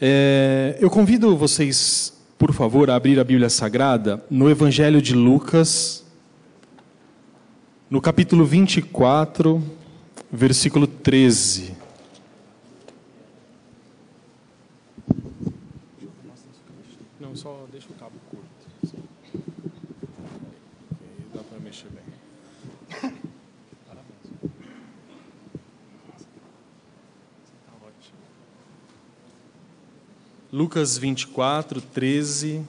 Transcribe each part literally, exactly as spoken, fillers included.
É, eu convido vocês, por favor, a abrir a Bíblia Sagrada no Evangelho de Lucas, no capítulo vinte e quatro, versículo treze. Não, só deixa o cabo curto. Dá para mexer bem. Lucas vinte e quatro, treze.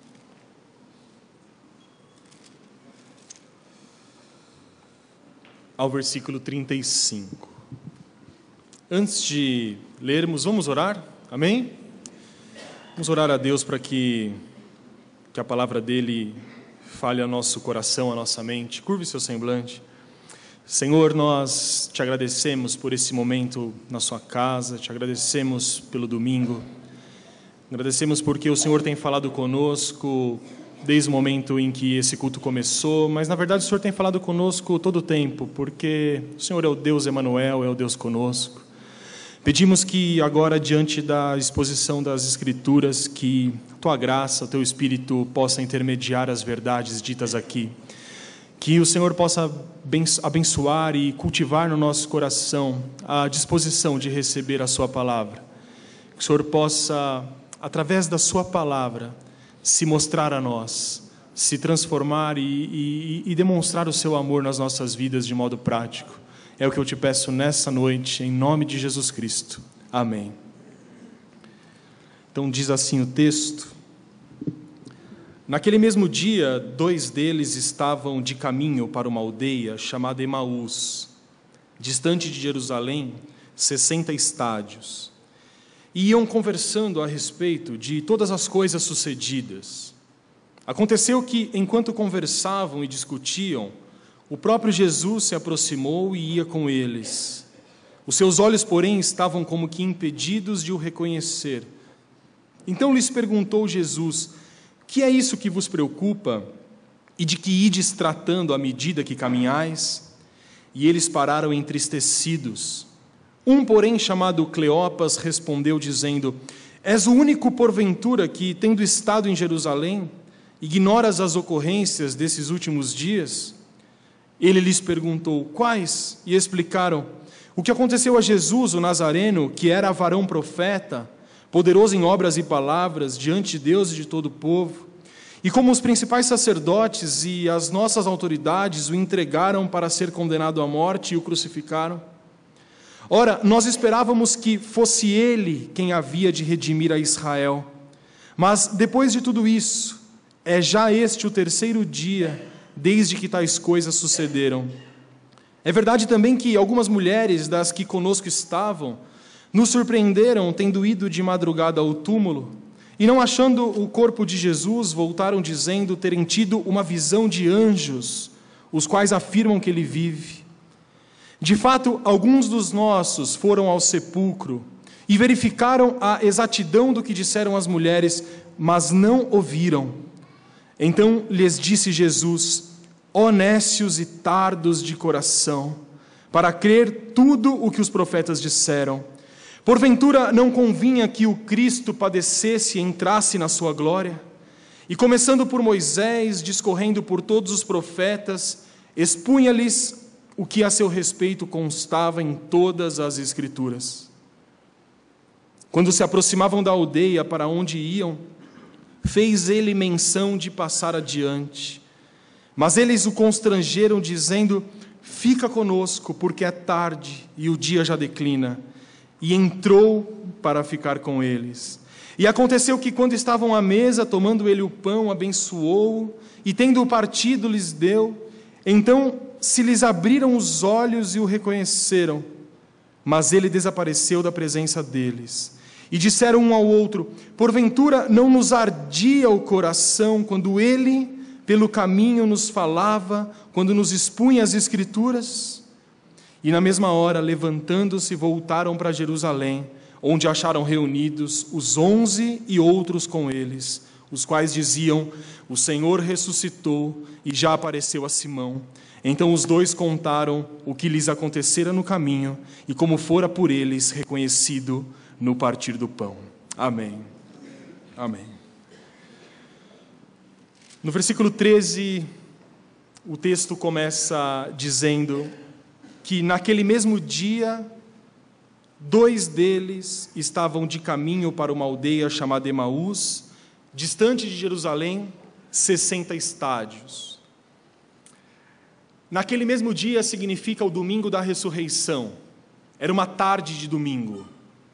Ao versículo trinta e cinco. Antes de lermos, vamos orar? Amém? Vamos orar a Deus para que, que a palavra dele fale ao nosso coração, à nossa mente. Curve seu semblante. Senhor, nós te agradecemos por esse momento na sua casa, te agradecemos pelo domingo. Agradecemos porque o Senhor tem falado conosco desde o momento em que esse culto começou, mas na verdade o Senhor tem falado conosco todo o tempo, porque o Senhor é o Deus Emanuel, é o Deus conosco. Pedimos que agora, diante da exposição das Escrituras, que a tua graça, o teu Espírito possa intermediar as verdades ditas aqui. Que o Senhor possa abençoar e cultivar no nosso coração a disposição de receber a sua palavra. Que o Senhor possa, através da sua palavra, se mostrar a nós, se transformar e, e, e demonstrar o seu amor nas nossas vidas de modo prático. É o que eu te peço nessa noite, em nome de Jesus Cristo. Amém. Então diz assim o texto: naquele mesmo dia, dois deles estavam de caminho para uma aldeia chamada Emaús, distante de Jerusalém, sessenta estádios. E iam conversando a respeito de todas as coisas sucedidas. Aconteceu que, enquanto conversavam e discutiam, o próprio Jesus se aproximou e ia com eles. Os seus olhos, porém, estavam como que impedidos de o reconhecer. Então lhes perguntou Jesus: que é isso que vos preocupa? E de que ides tratando à medida que caminhais? E eles pararam entristecidos. Um, porém, chamado Cleopas, respondeu dizendo: és o único, porventura, que, tendo estado em Jerusalém, ignoras as ocorrências desses últimos dias? Ele lhes perguntou: quais? E explicaram: o que aconteceu a Jesus, o Nazareno, que era varão profeta, poderoso em obras e palavras, diante de Deus e de todo o povo, e como os principais sacerdotes e as nossas autoridades o entregaram para ser condenado à morte e o crucificaram. Ora, nós esperávamos que fosse ele quem havia de redimir a Israel. Mas, depois de tudo isso, é já este o terceiro dia desde que tais coisas sucederam. É verdade também que algumas mulheres das que conosco estavam nos surpreenderam tendo ido de madrugada ao túmulo e, não achando o corpo de Jesus, voltaram dizendo terem tido uma visão de anjos, os quais afirmam que ele vive. De fato, alguns dos nossos foram ao sepulcro e verificaram a exatidão do que disseram as mulheres, mas não ouviram. Então lhes disse Jesus: ó nécios e tardos de coração, para crer tudo o que os profetas disseram. Porventura não convinha que o Cristo padecesse e entrasse na sua glória? E começando por Moisés, discorrendo por todos os profetas, expunha-lhes o que a seu respeito constava em todas as Escrituras. Quando se aproximavam da aldeia para onde iam, fez ele menção de passar adiante. Mas eles o constrangeram, dizendo: fica conosco, porque é tarde e o dia já declina. E entrou para ficar com eles. E aconteceu que, quando estavam à mesa, tomando ele o pão, abençoou, e tendo-o partido, lhes deu. Então se lhes abriram os olhos e o reconheceram, mas ele desapareceu da presença deles. E disseram um ao outro: porventura não nos ardia o coração quando ele, pelo caminho, nos falava, quando nos expunha as Escrituras? E na mesma hora, levantando-se, voltaram para Jerusalém, onde acharam reunidos os onze e outros com eles, os quais diziam: o Senhor ressuscitou e já apareceu a Simão. Então os dois contaram o que lhes acontecera no caminho e como fora por eles reconhecido no partir do pão. Amém. Amém. No versículo treze, o texto começa dizendo que naquele mesmo dia, dois deles estavam de caminho para uma aldeia chamada Emaús, distante de Jerusalém, sessenta estádios. Naquele mesmo dia significa o domingo da ressurreição. Era uma tarde de domingo.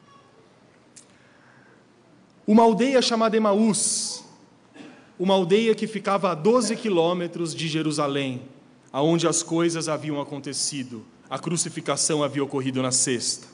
Uma aldeia chamada Emaús, uma aldeia que ficava a doze quilômetros de Jerusalém, aonde as coisas haviam acontecido. A crucificação havia ocorrido na sexta.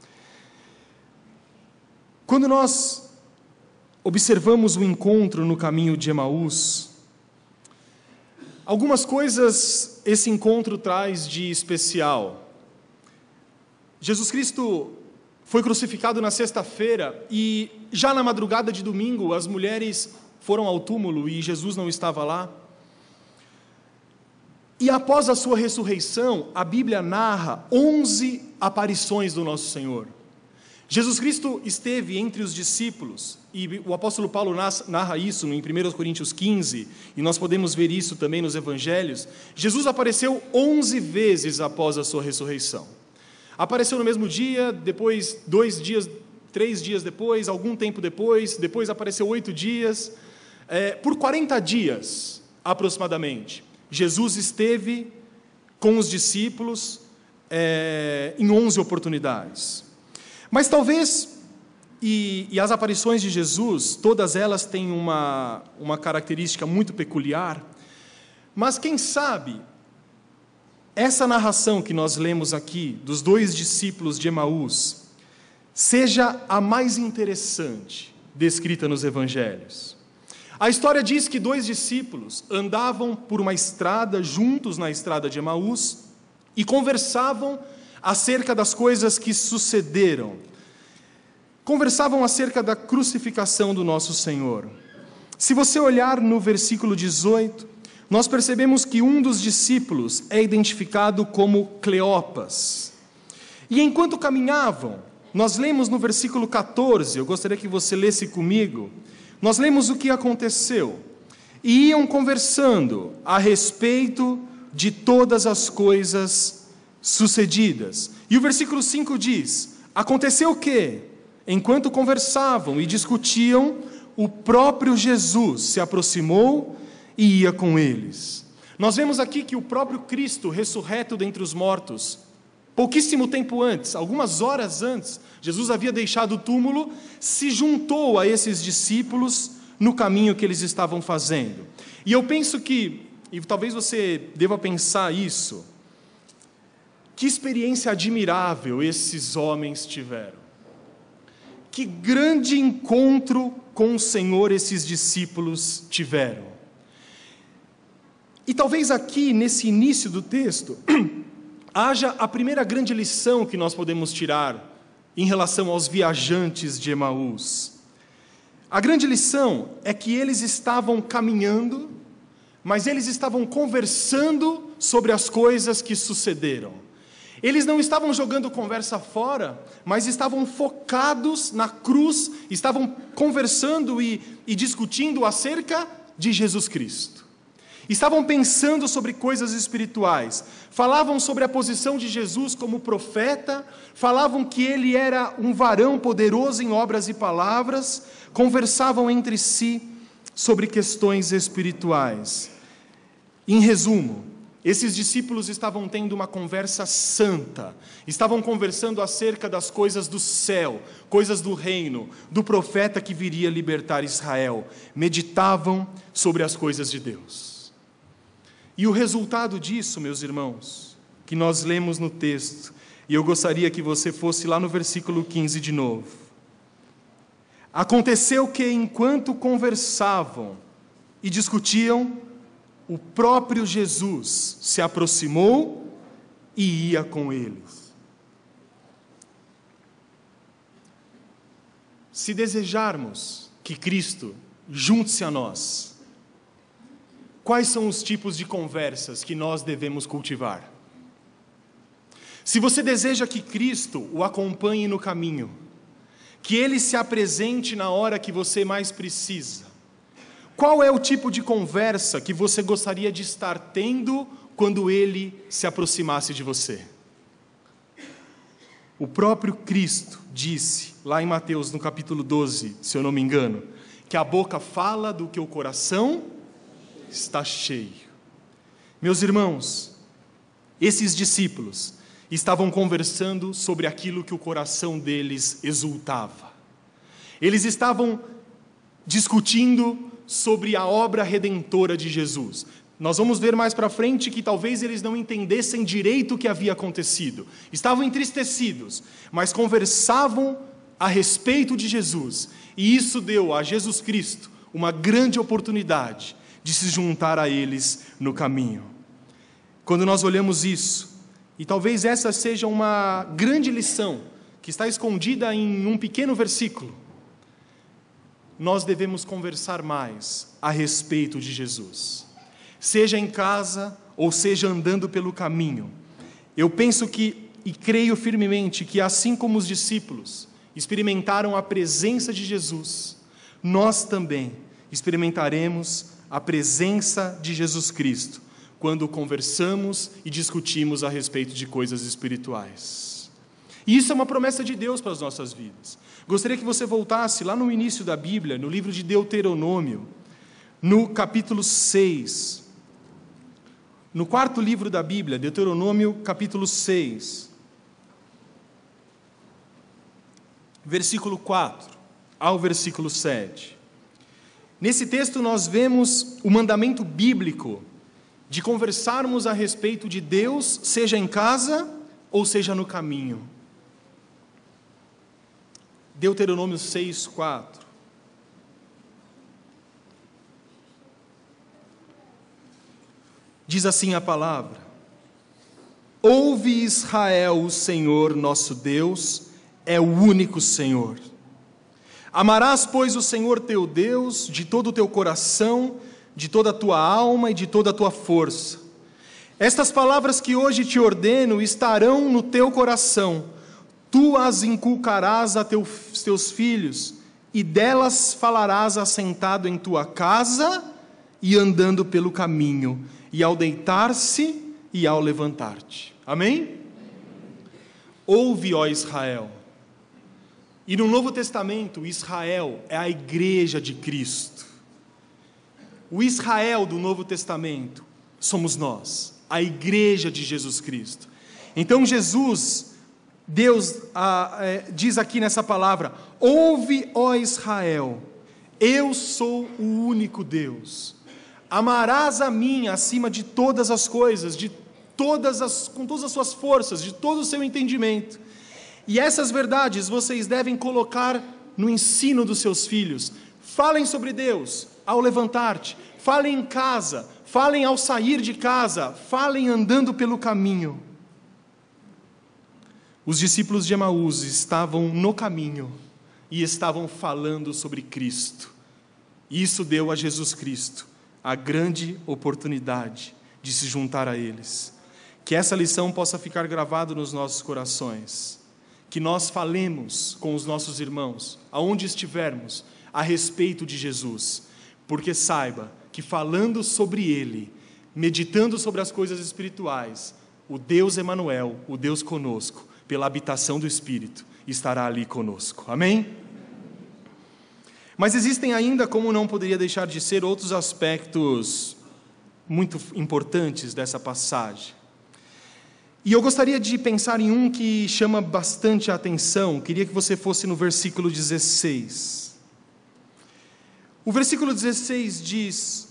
Quando nós observamos o encontro no caminho de Emaús, algumas coisas esse encontro traz de especial. Jesus Cristo foi crucificado na sexta-feira e já na madrugada de domingo as mulheres foram ao túmulo e Jesus não estava lá. E após a sua ressurreição, a Bíblia narra onze aparições do nosso Senhor. Jesus Cristo esteve entre os discípulos, e o apóstolo Paulo narra isso em primeira Coríntios quinze, e nós podemos ver isso também nos evangelhos. Jesus apareceu onze vezes após a sua ressurreição. Apareceu no mesmo dia, depois dois dias, três dias depois, algum tempo depois, depois apareceu oito dias, é, por quarenta dias aproximadamente. Jesus esteve com os discípulos é, em onze oportunidades. Mas talvez, e, e as aparições de Jesus, todas elas têm uma, uma característica muito peculiar, mas quem sabe, essa narração que nós lemos aqui, dos dois discípulos de Emaús, seja a mais interessante descrita nos evangelhos. A história diz que dois discípulos andavam por uma estrada, juntos na estrada de Emaús, e conversavam acerca das coisas que sucederam. Conversavam acerca da crucificação do nosso Senhor. Se você olhar no versículo dezoito, nós percebemos que um dos discípulos é identificado como Cleopas. E enquanto caminhavam, nós lemos no versículo catorze, eu gostaria que você lesse comigo, nós lemos o que aconteceu. E iam conversando a respeito de todas as coisas sucedidas. E o versículo cinco diz: aconteceu o quê? Enquanto conversavam e discutiam, o próprio Jesus se aproximou e ia com eles. Nós vemos aqui que o próprio Cristo, ressurreto dentre os mortos, pouquíssimo tempo antes, algumas horas antes, Jesus havia deixado o túmulo, se juntou a esses discípulos no caminho que eles estavam fazendo. E eu penso que, e talvez você deva pensar isso, que experiência admirável esses homens tiveram. Que grande encontro com o Senhor esses discípulos tiveram. E talvez aqui, nesse início do texto, haja a primeira grande lição que nós podemos tirar em relação aos viajantes de Emaús. A grande lição é que eles estavam caminhando, mas eles estavam conversando sobre as coisas que sucederam. Eles não estavam jogando conversa fora, mas estavam focados na cruz, estavam conversando e, e discutindo acerca de Jesus Cristo. Estavam pensando sobre coisas espirituais, falavam sobre a posição de Jesus como profeta, falavam que ele era um varão poderoso em obras e palavras, conversavam entre si sobre questões espirituais. Em resumo, esses discípulos estavam tendo uma conversa santa, estavam conversando acerca das coisas do céu, coisas do reino, do profeta que viria libertar Israel, meditavam sobre as coisas de Deus. E o resultado disso, meus irmãos, que nós lemos no texto, e eu gostaria que você fosse lá no versículo quinze de novo. Aconteceu que, enquanto conversavam e discutiam, o próprio Jesus se aproximou e ia com eles. Se desejarmos que Cristo junte-se a nós, quais são os tipos de conversas que nós devemos cultivar? Se você deseja que Cristo o acompanhe no caminho, que Ele se apresente na hora que você mais precisa. Qual é o tipo de conversa que você gostaria de estar tendo quando Ele se aproximasse de você? O próprio Cristo disse, lá em Mateus, no capítulo doze, se eu não me engano, que a boca fala do que o coração está cheio. Meus irmãos, esses discípulos estavam conversando sobre aquilo que o coração deles exultava. Eles estavam discutindo sobre a obra redentora de Jesus. Nós vamos ver mais para frente que talvez eles não entendessem direito o que havia acontecido. Estavam entristecidos, mas conversavam a respeito de Jesus. E isso deu a Jesus Cristo uma grande oportunidade de se juntar a eles no caminho. Quando nós olhamos isso, e talvez essa seja uma grande lição que está escondida em um pequeno versículo, nós devemos conversar mais a respeito de Jesus. Seja em casa ou seja andando pelo caminho. Eu penso que, e creio firmemente, que assim como os discípulos experimentaram a presença de Jesus, nós também experimentaremos a presença de Jesus Cristo quando conversamos e discutimos a respeito de coisas espirituais. E isso é uma promessa de Deus para as nossas vidas. Gostaria que você voltasse lá no início da Bíblia, no livro de Deuteronômio, no capítulo seis. No quarto livro da Bíblia, Deuteronômio, capítulo seis. Versículo quatro ao versículo sete. Nesse texto nós vemos o mandamento bíblico de conversarmos a respeito de Deus, seja em casa ou seja no caminho. Deuteronômio seis, quatro. Diz assim a palavra: Ouve, Israel, o Senhor nosso Deus é o único Senhor. Amarás, pois, o Senhor teu Deus de todo o teu coração, de toda a tua alma e de toda a tua força. Estas palavras que hoje te ordeno estarão no teu coração, tu as inculcarás a teus, teus filhos, e delas falarás assentado em tua casa e andando pelo caminho, e ao deitar-se e ao levantar-te. Amém? Ouve, ó Israel. E no Novo Testamento, Israel é a igreja de Cristo. O Israel do Novo Testamento somos nós, a igreja de Jesus Cristo. Então Jesus, Deus ah, é, diz aqui nessa palavra: ouve, ó Israel, eu sou o único Deus. Amarás a mim acima de todas as coisas, de todas as, com todas as suas forças, de todo o seu entendimento. E essas verdades vocês devem colocar no ensino dos seus filhos. Falem sobre Deus ao levantar-te, falem em casa, falem ao sair de casa, falem andando pelo caminho. Os discípulos de Emaús estavam no caminho e estavam falando sobre Cristo. Isso deu a Jesus Cristo a grande oportunidade de se juntar a eles. Que essa lição possa ficar gravada nos nossos corações. Que nós falemos com os nossos irmãos, aonde estivermos, a respeito de Jesus. Porque saiba que falando sobre Ele, meditando sobre as coisas espirituais, o Deus Emanuel, o Deus conosco, pela habitação do Espírito, estará ali conosco. Amém? Mas existem ainda, como não poderia deixar de ser, outros aspectos muito importantes dessa passagem. E eu gostaria de pensar em um que chama bastante a atenção. Queria que você fosse no versículo dezesseis. O versículo dezesseis diz: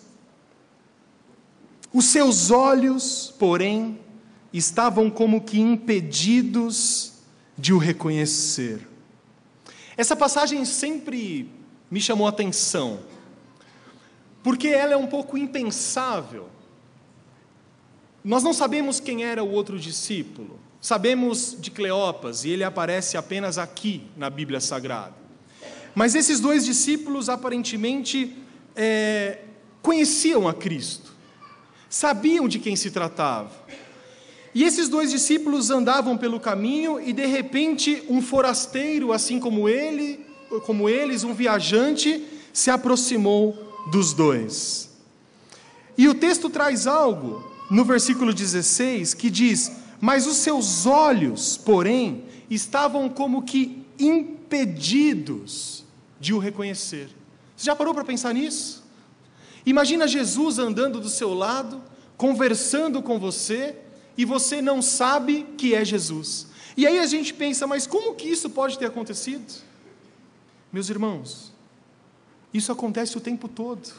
os seus olhos, porém, estavam como que impedidos de o reconhecer. Essa passagem sempre me chamou a atenção, porque ela é um pouco impensável. Nós não sabemos quem era o outro discípulo. Sabemos de Cleopas, e ele aparece apenas aqui na Bíblia Sagrada. Mas esses dois discípulos, aparentemente, é, conheciam a Cristo. Sabiam de quem se tratava. E esses dois discípulos andavam pelo caminho e de repente um forasteiro, assim como ele, como eles, um viajante, se aproximou dos dois. E o texto traz algo no versículo dezesseis que diz: mas os seus olhos, porém, estavam como que impedidos de o reconhecer. Você já parou para pensar nisso? Imagina Jesus andando do seu lado, conversando com você, e você não sabe que é Jesus. E aí a gente pensa, mas como que isso pode ter acontecido? Meus irmãos, isso acontece o tempo todo.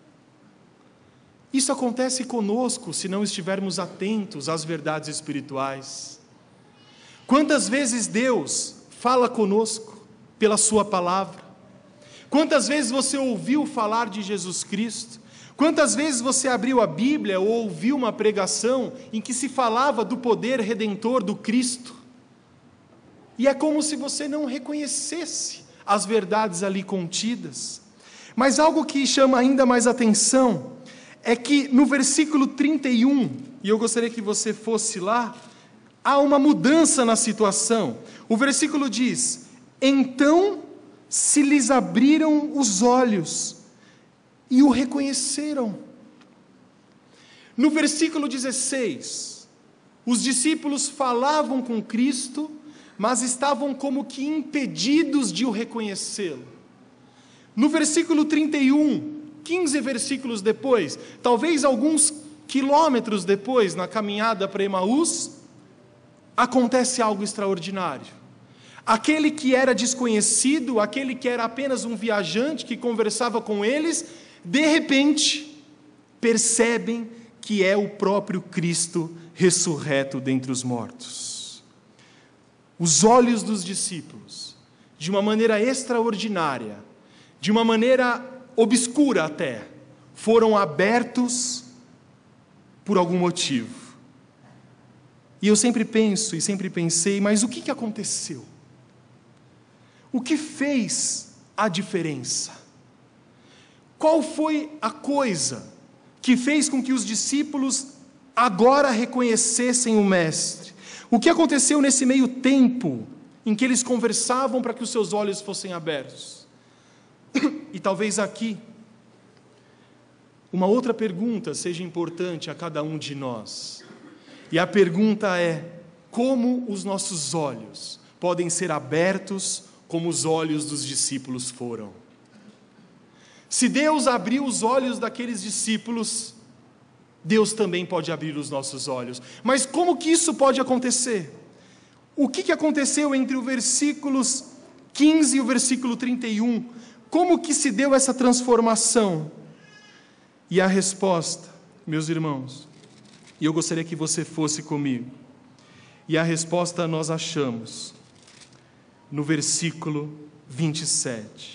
Isso acontece conosco se não estivermos atentos às verdades espirituais. Quantas vezes Deus fala conosco pela sua palavra? Quantas vezes você ouviu falar de Jesus Cristo? Quantas vezes você abriu a Bíblia ou ouviu uma pregação em que se falava do poder redentor do Cristo? E é como se você não reconhecesse as verdades ali contidas. Mas algo que chama ainda mais atenção é que no versículo trinta e um, e eu gostaria que você fosse lá, há uma mudança na situação. O versículo diz: então se lhes abriram os olhos e o reconheceram. No versículo dezesseis, os discípulos falavam com Cristo, mas estavam como que impedidos de o reconhecê-lo. No versículo trinta e um, quinze versículos depois, talvez alguns quilômetros depois, na caminhada para Emaús, acontece algo extraordinário. Aquele que era desconhecido, aquele que era apenas um viajante que conversava com eles, de repente, percebem que é o próprio Cristo ressurreto dentre os mortos. Os olhos dos discípulos, de uma maneira extraordinária, de uma maneira obscura até, foram abertos por algum motivo. E eu sempre penso e sempre pensei, mas o que que aconteceu? O que fez a diferença? Qual foi a coisa que fez com que os discípulos agora reconhecessem o Mestre? O que aconteceu nesse meio tempo em que eles conversavam para que os seus olhos fossem abertos? E talvez aqui uma outra pergunta seja importante a cada um de nós. E a pergunta é: como os nossos olhos podem ser abertos como os olhos dos discípulos foram? Se Deus abriu os olhos daqueles discípulos, Deus também pode abrir os nossos olhos. Mas como que isso pode acontecer? O que que aconteceu entre o versículos quinze e o versículo trinta e um? Como que se deu essa transformação? E a resposta, meus irmãos, e eu gostaria que você fosse comigo, e a resposta nós achamos no versículo vinte e sete.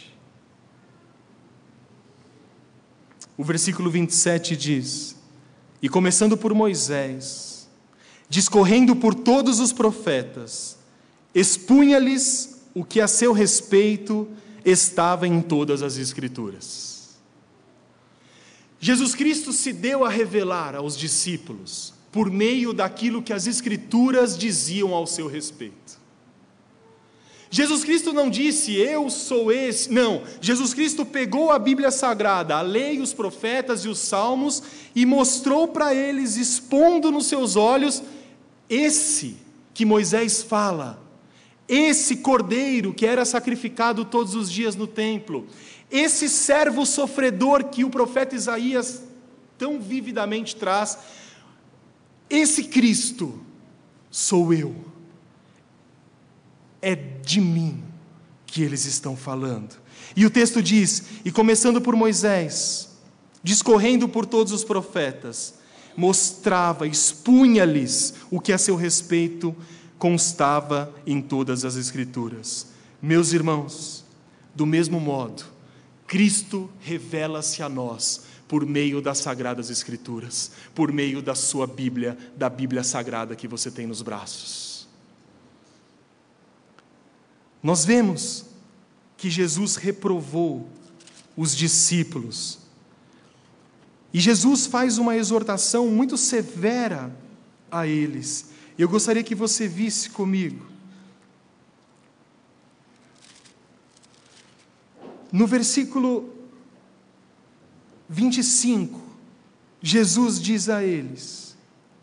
O versículo vinte e sete diz: e começando por Moisés, discorrendo por todos os profetas, expunha-lhes o que a seu respeito estava em todas as Escrituras. Jesus Cristo se deu a revelar aos discípulos por meio daquilo que as Escrituras diziam ao seu respeito. Jesus Cristo não disse, eu sou esse, não, Jesus Cristo pegou a Bíblia Sagrada, a lei, os profetas e os salmos, e mostrou para eles, expondo nos seus olhos, esse que Moisés fala, esse cordeiro que era sacrificado todos os dias no templo, esse servo sofredor que o profeta Isaías tão vividamente traz, esse Cristo sou eu. É de mim que eles estão falando. E o texto diz, e começando por Moisés, discorrendo por todos os profetas, mostrava, expunha-lhes o que a seu respeito constava em todas as Escrituras. Meus irmãos, do mesmo modo, Cristo revela-se a nós por meio das Sagradas Escrituras, por meio da sua Bíblia, da Bíblia Sagrada que você tem nos braços. Nós vemos que Jesus reprovou os discípulos. E Jesus faz uma exortação muito severa a eles. Eu gostaria que você visse comigo. No versículo vinte e cinco, Jesus diz a eles: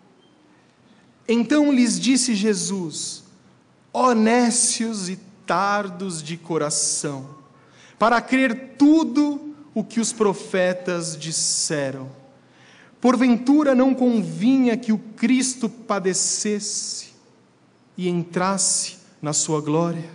então lhes disse Jesus: ó nécios e tardos de coração, para crer tudo o que os profetas disseram. Porventura não convinha que o Cristo padecesse e entrasse na sua glória?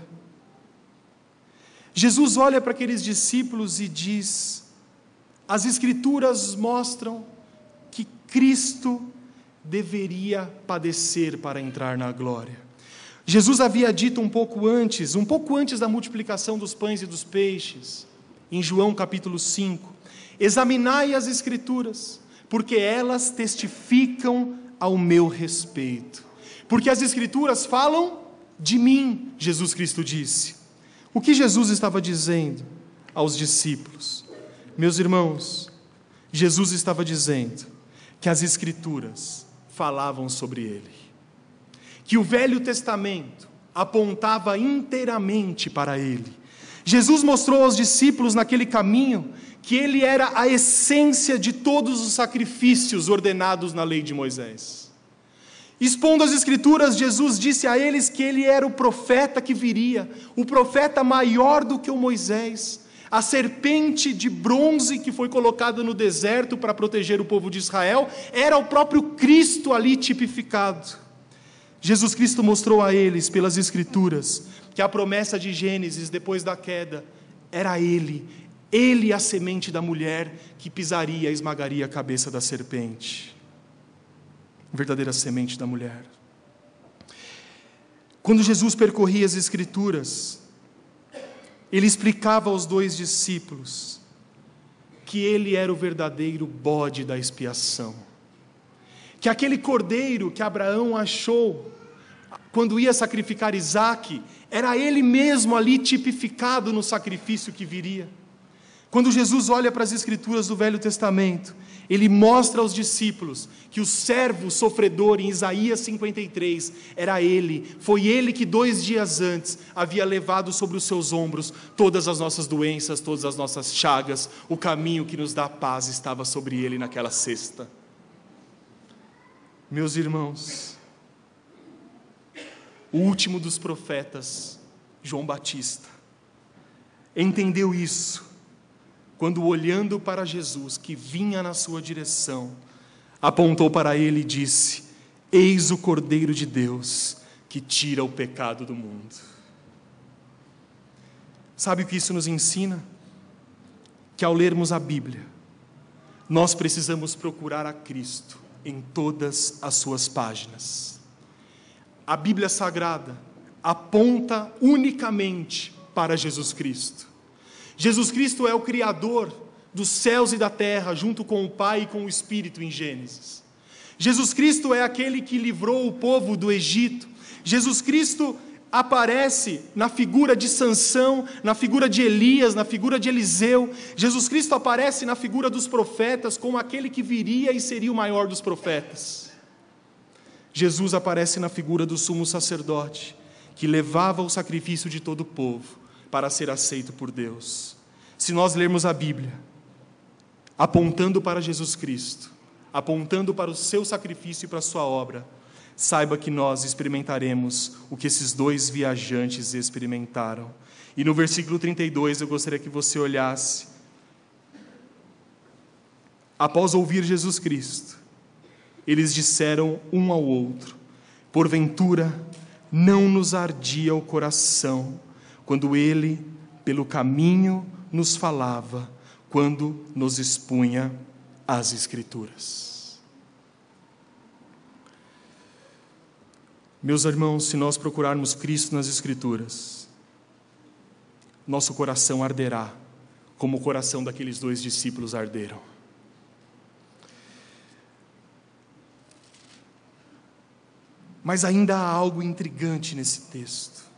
Jesus olha para aqueles discípulos e diz: as Escrituras mostram que Cristo deveria padecer para entrar na glória. Jesus havia dito um pouco antes, um pouco antes da multiplicação dos pães e dos peixes, em João capítulo cinco: examinai as Escrituras, porque elas testificam ao meu respeito. Porque as Escrituras falam de mim, Jesus Cristo disse. O que Jesus estava dizendo aos discípulos? Meus irmãos, Jesus estava dizendo que as Escrituras falavam sobre Ele, que o Velho Testamento apontava inteiramente para Ele. Jesus mostrou aos discípulos naquele caminho que Ele era a essência de todos os sacrifícios ordenados na lei de Moisés. Expondo as Escrituras, Jesus disse a eles que Ele era o profeta que viria, o profeta maior do que o Moisés, a serpente de bronze que foi colocada no deserto para proteger o povo de Israel, era o próprio Cristo ali tipificado. Jesus Cristo mostrou a eles, pelas Escrituras, que a promessa de Gênesis, depois da queda, era Ele, Ele a semente da mulher que pisaria e esmagaria a cabeça da serpente. Verdadeira semente da mulher. Quando Jesus percorria as Escrituras, Ele explicava aos dois discípulos que Ele era o verdadeiro bode da expiação, que aquele cordeiro que Abraão achou quando ia sacrificar Isaque, era Ele mesmo ali tipificado no sacrifício que viria. Quando Jesus olha para as Escrituras do Velho Testamento, Ele mostra aos discípulos que o servo sofredor em Isaías cinquenta e três era Ele, foi Ele que dois dias antes havia levado sobre os seus ombros todas as nossas doenças, todas as nossas chagas, o caminho que nos dá paz estava sobre Ele naquela cesta. Meus irmãos, o último dos profetas, João Batista, entendeu isso, quando olhando para Jesus, que vinha na sua direção, apontou para ele e disse: eis o Cordeiro de Deus, que tira o pecado do mundo. Sabe o que isso nos ensina? Que ao lermos a Bíblia, nós precisamos procurar a Cristo em todas as suas páginas. A Bíblia Sagrada aponta unicamente para Jesus Cristo. Jesus Cristo é o Criador dos céus e da terra, junto com o Pai e com o Espírito em Gênesis. Jesus Cristo é aquele que livrou o povo do Egito. Jesus Cristo aparece na figura de Sansão, na figura de Elias, na figura de Eliseu. Jesus Cristo aparece na figura dos profetas, como aquele que viria e seria o maior dos profetas. Jesus aparece na figura do sumo sacerdote, que levava o sacrifício de todo o povo para ser aceito por Deus. Se nós lermos a Bíblia, apontando para Jesus Cristo, apontando para o seu sacrifício e para a sua obra, saiba que nós experimentaremos o que esses dois viajantes experimentaram. E no versículo trinta e dois eu gostaria que você olhasse. Após ouvir Jesus Cristo, eles disseram um ao outro: porventura não nos ardia o coração quando Ele, pelo caminho, nos falava, quando nos expunha as Escrituras. Meus irmãos, se nós procurarmos Cristo nas Escrituras, nosso coração arderá, como o coração daqueles dois discípulos arderam. Mas ainda há algo intrigante nesse texto.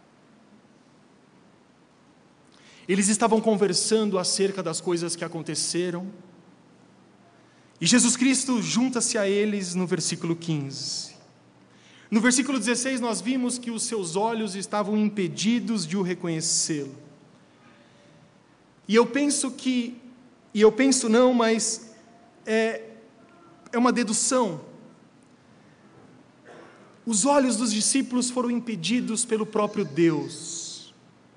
Eles estavam conversando acerca das coisas que aconteceram, e Jesus Cristo junta-se a eles no versículo quinze. No versículo dezesseis nós vimos que os seus olhos estavam impedidos de o reconhecê-lo. E eu penso que, e eu penso não, mas é, é uma dedução. Os olhos dos discípulos foram impedidos pelo próprio Deus.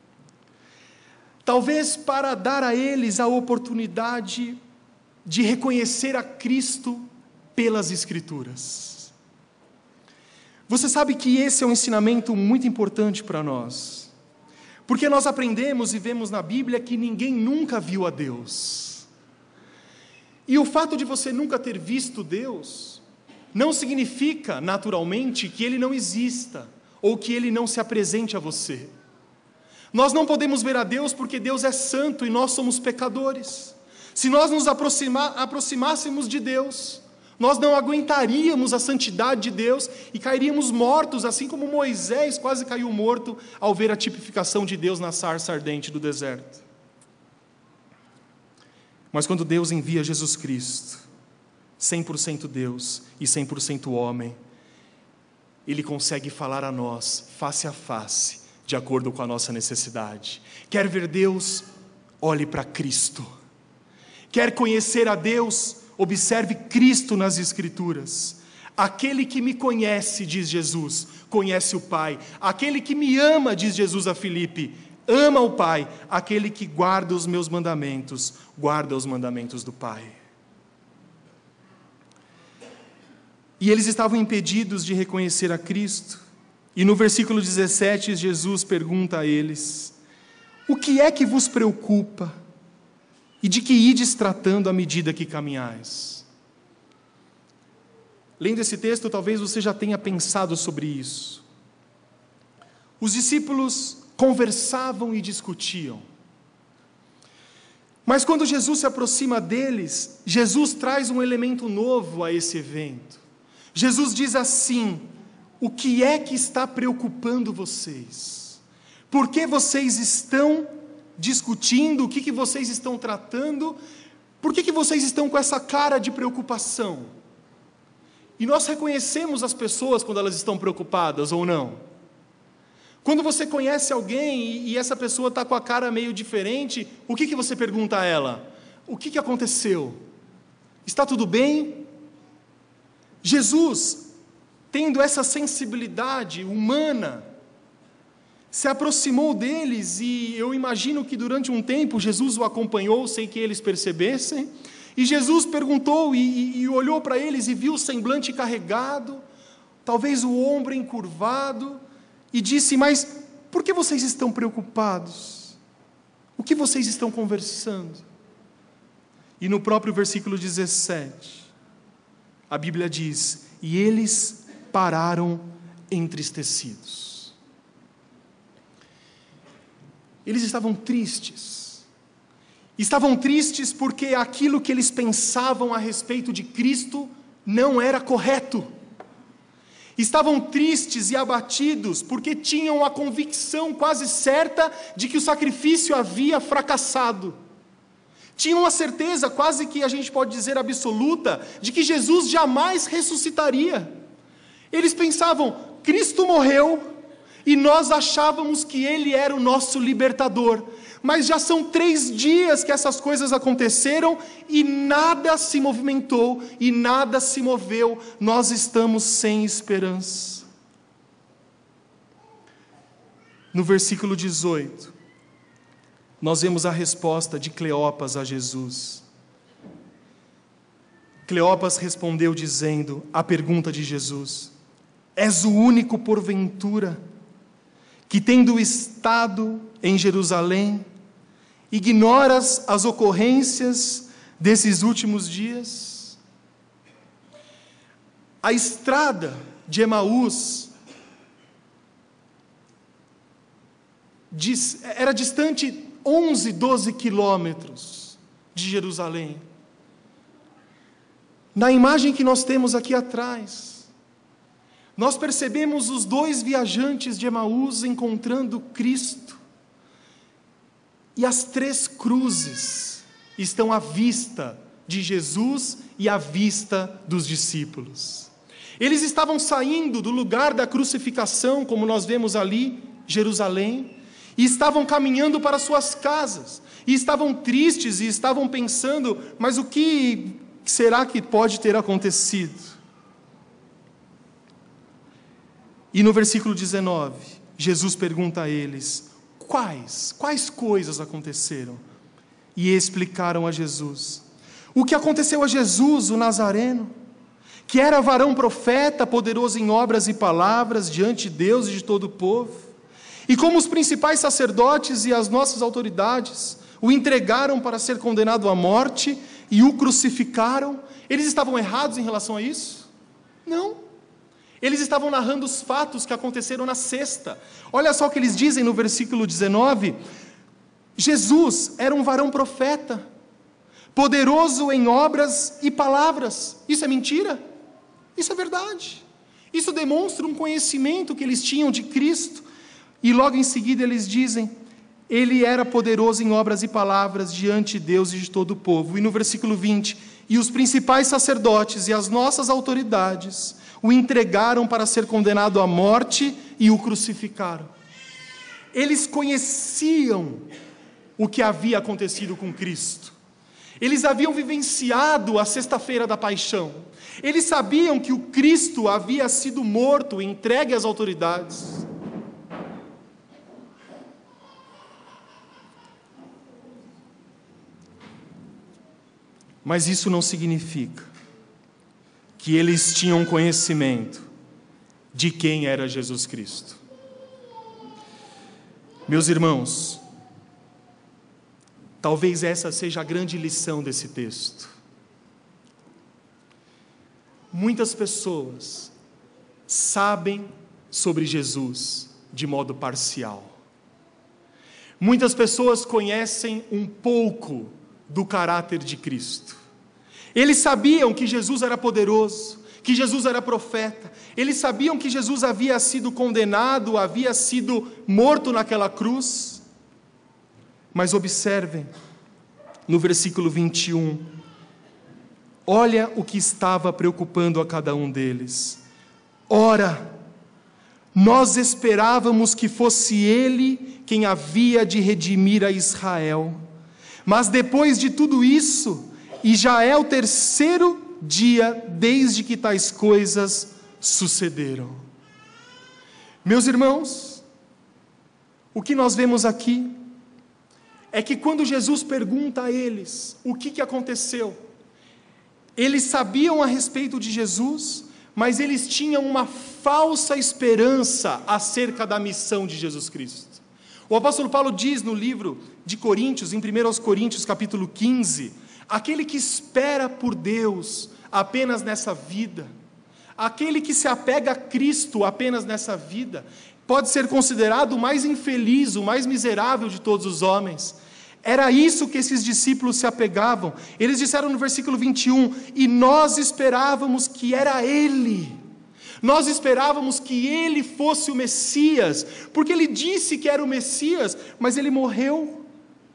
Talvez para dar a eles a oportunidade de reconhecer a Cristo pelas Escrituras. Você sabe que esse é um ensinamento muito importante para nós, porque nós aprendemos e vemos na Bíblia que ninguém nunca viu a Deus. E o fato de você nunca ter visto Deus não significa, naturalmente, que Ele não exista, ou que Ele não se apresente a você. Nós não podemos ver a Deus porque Deus é santo e nós somos pecadores. Se nós nos aproxima, aproximássemos de Deus, nós não aguentaríamos a santidade de Deus e cairíamos mortos, assim como Moisés quase caiu morto ao ver a tipificação de Deus na sarça ardente do deserto. Mas quando Deus envia Jesus Cristo, cem por cento Deus e cem por cento homem, Ele consegue falar a nós, face a face, de acordo com a nossa necessidade. Quer ver Deus? Olhe para Cristo. Quer conhecer a Deus? Observe Cristo nas Escrituras. Aquele que me conhece, diz Jesus, conhece o Pai. Aquele que me ama, diz Jesus a Filipe, ama o Pai. Aquele que guarda os meus mandamentos, guarda os mandamentos do Pai. E eles estavam impedidos de reconhecer a Cristo. E no versículo dezessete, Jesus pergunta a eles: o que é que vos preocupa? E de que ides tratando à medida que caminhais? Lendo esse texto, talvez você já tenha pensado sobre isso. Os discípulos conversavam e discutiam. Mas quando Jesus se aproxima deles, Jesus traz um elemento novo a esse evento. Jesus diz assim: o que é que está preocupando vocês? Por que vocês estão discutindo? O que, que vocês estão tratando? Por que, que vocês estão com essa cara de preocupação? E nós reconhecemos as pessoas quando elas estão preocupadas ou não. Quando você conhece alguém e, e essa pessoa está com a cara meio diferente, o que, que você pergunta a ela? O que, que aconteceu? Está tudo bem? Jesus, tendo essa sensibilidade humana, se aproximou deles, e eu imagino que durante um tempo Jesus o acompanhou sem que eles percebessem, e Jesus perguntou e, e, e olhou para eles e viu o semblante carregado, talvez o ombro encurvado, e disse: mas por que vocês estão preocupados? O que vocês estão conversando? E no próprio versículo dezessete, a Bíblia diz: e eles pararam entristecidos. Eles estavam tristes. Estavam tristes porque aquilo que eles pensavam a respeito de Cristo não era correto. Estavam tristes e abatidos porque tinham a convicção quase certa de que o sacrifício havia fracassado. Tinham a certeza, quase que a gente pode dizer absoluta, de que Jesus jamais ressuscitaria. Eles pensavam: Cristo morreu, e nós achávamos que Ele era o nosso libertador, mas já são três dias que essas coisas aconteceram e nada se movimentou e nada se moveu. Nós estamos sem esperança. No versículo dezoito, nós vemos a resposta de Cleopas a Jesus. Cleopas respondeu dizendo à pergunta de Jesus: és o único porventura que, tendo estado em Jerusalém, ignoras as ocorrências desses últimos dias? A estrada de Emaús era distante onze, doze quilômetros de Jerusalém. Na imagem que nós temos aqui atrás, nós percebemos os dois viajantes de Emaús encontrando Cristo, e as três cruzes estão à vista de Jesus e à vista dos discípulos. Eles estavam saindo do lugar da crucificação, como nós vemos ali, Jerusalém, e estavam caminhando para suas casas, e estavam tristes, e estavam pensando, mas o que será que pode ter acontecido? E no versículo dezenove, Jesus pergunta a eles, quais, quais coisas aconteceram? E explicaram a Jesus. O que aconteceu a Jesus, o Nazareno, que era varão profeta, poderoso em obras e palavras, diante de Deus e de todo o povo, e como os principais sacerdotes e as nossas autoridades o entregaram para ser condenado à morte e o crucificaram, eles estavam errados em relação a isso? Não. Eles estavam narrando os fatos que aconteceram na sexta. Olha só o que eles dizem no versículo dezenove. Jesus era um varão profeta, poderoso em obras e palavras. Isso é mentira? Isso é verdade. Isso demonstra um conhecimento que eles tinham de Cristo. E logo em seguida eles dizem, ele era poderoso em obras e palavras diante de Deus e de todo o povo. E no versículo vinte, e os principais sacerdotes e as nossas autoridades o entregaram para ser condenado à morte e o crucificaram. Eles conheciam o que havia acontecido com Cristo. Eles haviam vivenciado a sexta-feira da paixão. Eles sabiam que o Cristo havia sido morto, entregue às autoridades. Mas isso não significa que eles tinham conhecimento de quem era Jesus Cristo. Meus irmãos, talvez essa seja a grande lição desse texto. Muitas pessoas sabem sobre Jesus de modo parcial. Muitas pessoas conhecem um pouco do caráter de Cristo. Eles sabiam que Jesus era poderoso, que Jesus era profeta. Eles sabiam que Jesus havia sido condenado, havia sido morto naquela cruz. Mas observem, no versículo vinte e um, olha o que estava preocupando a cada um deles. Ora, nós esperávamos que fosse Ele quem havia de redimir a Israel. Mas depois de tudo isso, e já é o terceiro dia desde que tais coisas sucederam. Meus irmãos, o que nós vemos aqui é que quando Jesus pergunta a eles o que, que aconteceu, eles sabiam a respeito de Jesus, mas eles tinham uma falsa esperança acerca da missão de Jesus Cristo. O apóstolo Paulo diz no livro de Coríntios, em primeiro aos Coríntios, capítulo quinze, aquele que espera por Deus apenas nessa vida, aquele que se apega a Cristo apenas nessa vida, pode ser considerado o mais infeliz, o mais miserável de todos os homens. Era isso que esses discípulos se apegavam. Eles disseram no versículo vinte e um, e nós esperávamos que era Ele. Nós esperávamos que Ele fosse o Messias, porque Ele disse que era o Messias, mas Ele morreu.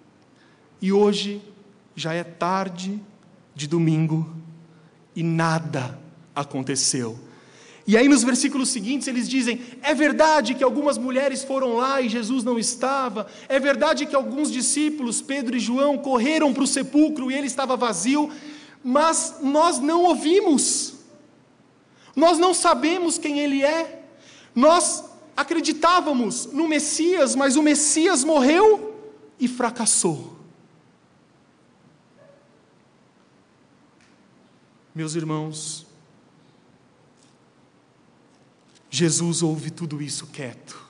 E hoje já é tarde de domingo e nada aconteceu. E aí nos versículos seguintes eles dizem, é verdade que algumas mulheres foram lá e Jesus não estava, é verdade que alguns discípulos, Pedro e João, correram para o sepulcro e ele estava vazio, mas nós não ouvimos, nós não sabemos quem ele é, nós acreditávamos no Messias, mas o Messias morreu e fracassou. Meus irmãos, Jesus ouve tudo isso quieto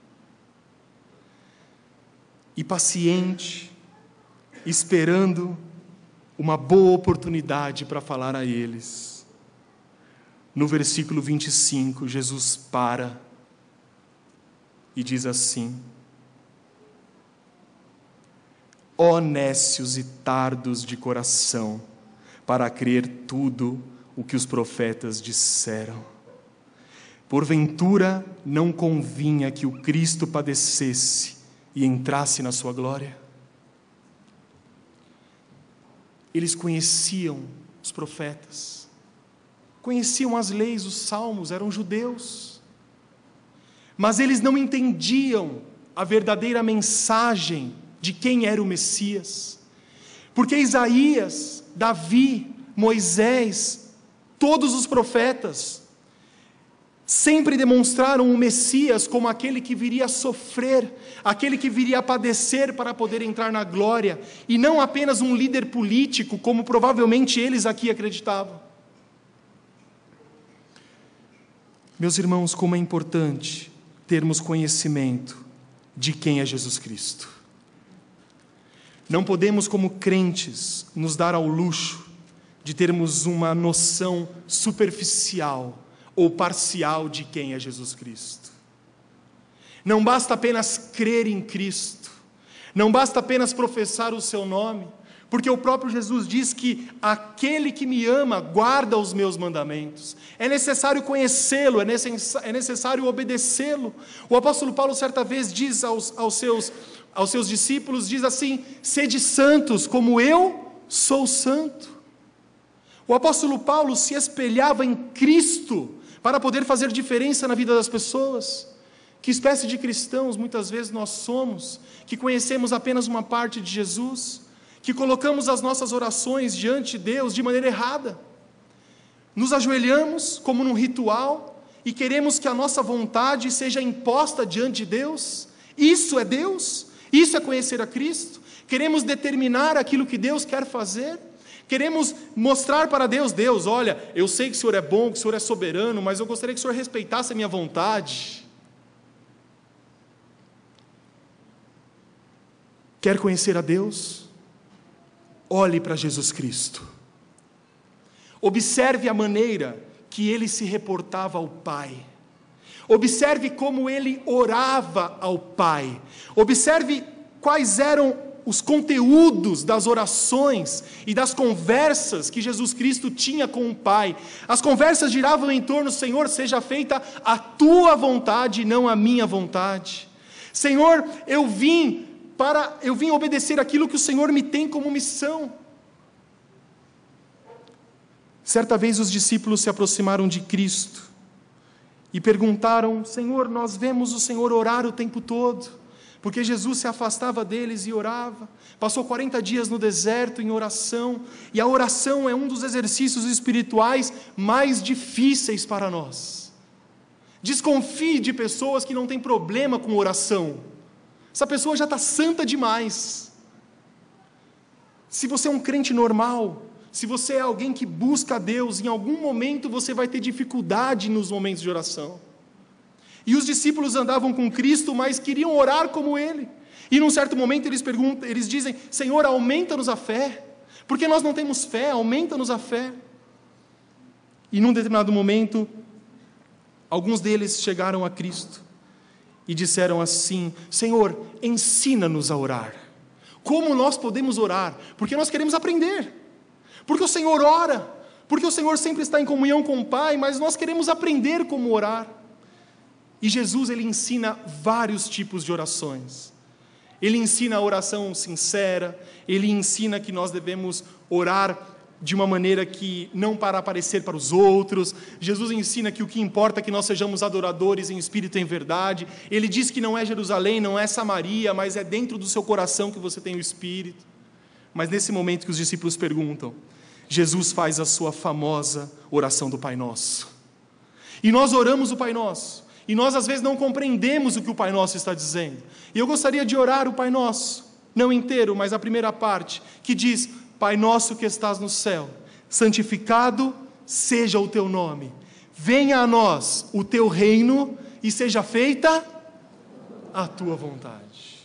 e paciente, esperando uma boa oportunidade para falar a eles. No versículo vinte e cinco, Jesus para e diz assim, ó nécios e tardos de coração, para crer tudo o que os profetas disseram. Porventura não convinha que o Cristo padecesse e entrasse na sua glória? Eles conheciam os profetas. conheciam as leis, os salmos, eram judeus, mas eles não entendiam a verdadeira mensagem de quem era o Messias, porque Isaías, Davi, Moisés, todos os profetas, sempre demonstraram o Messias como aquele que viria a sofrer, aquele que viria a padecer para poder entrar na glória, e não apenas um líder político, como provavelmente eles aqui acreditavam. Meus irmãos, como é importante termos conhecimento de quem é Jesus Cristo. Não podemos, como crentes, nos dar ao luxo de termos uma noção superficial ou parcial de quem é Jesus Cristo. Não basta apenas crer em Cristo, não basta apenas professar o seu nome, porque o próprio Jesus diz que aquele que me ama guarda os meus mandamentos. É necessário conhecê-lo, é necessário obedecê-lo. O apóstolo Paulo certa vez diz aos, aos, seus, aos seus discípulos, diz assim: sede santos como eu sou santo. O apóstolo Paulo se espelhava em Cristo para poder fazer diferença na vida das pessoas. Que espécie de cristãos muitas vezes nós somos, que conhecemos apenas uma parte de Jesus, que colocamos as nossas orações diante de Deus de maneira errada. Nos ajoelhamos como num ritual e queremos que a nossa vontade seja imposta diante de Deus. Isso é Deus? Isso é conhecer a Cristo? Queremos determinar aquilo que Deus quer fazer? Queremos mostrar para Deus: Deus, olha, eu sei que o Senhor é bom, que o Senhor é soberano, mas eu gostaria que o Senhor respeitasse a minha vontade. Quer conhecer a Deus? Olhe para Jesus Cristo. Observe a maneira que ele se reportava ao Pai. Observe como ele orava ao Pai. Observe quais eram os conteúdos das orações e das conversas que Jesus Cristo tinha com o Pai. As conversas giravam em torno: Senhor, seja feita a tua vontade e não a minha vontade. Senhor, eu vim para eu vim obedecer aquilo que o Senhor me tem como missão. Certa vez os discípulos se aproximaram de Cristo e perguntaram: Senhor, nós vemos o Senhor orar o tempo todo, porque Jesus se afastava deles e orava, passou quarenta dias no deserto em oração, e a oração é um dos exercícios espirituais mais difíceis para nós. Desconfie de pessoas que não têm problema com oração. Essa pessoa já está santa demais. Se você é um crente normal, se você é alguém que busca a Deus, em algum momento você vai ter dificuldade nos momentos de oração. E os discípulos andavam com Cristo, mas queriam orar como Ele. E num certo momento eles perguntam, eles dizem: Senhor, aumenta-nos a fé, porque nós não temos fé, aumenta-nos a fé. E num determinado momento, alguns deles chegaram a Cristo e disseram assim: Senhor, ensina-nos a orar. Como nós podemos orar? Porque nós queremos aprender. Porque o Senhor ora, porque o Senhor sempre está em comunhão com o Pai, mas nós queremos aprender como orar. E Jesus, ele ensina vários tipos de orações. Ele ensina a oração sincera, ele ensina que nós devemos orar de uma maneira que não para aparecer para os outros. Jesus ensina que o que importa é que nós sejamos adoradores em espírito e em verdade. Ele diz que não é Jerusalém, não é Samaria, mas é dentro do seu coração que você tem o Espírito. Mas nesse momento que os discípulos perguntam, Jesus faz a sua famosa oração do Pai Nosso. E nós oramos o Pai Nosso, e nós às vezes não compreendemos o que o Pai Nosso está dizendo. E eu gostaria de orar o Pai Nosso, não inteiro, mas a primeira parte, que diz: Pai nosso que estás no céu, santificado seja o teu nome. Venha a nós o teu reino e seja feita a tua vontade.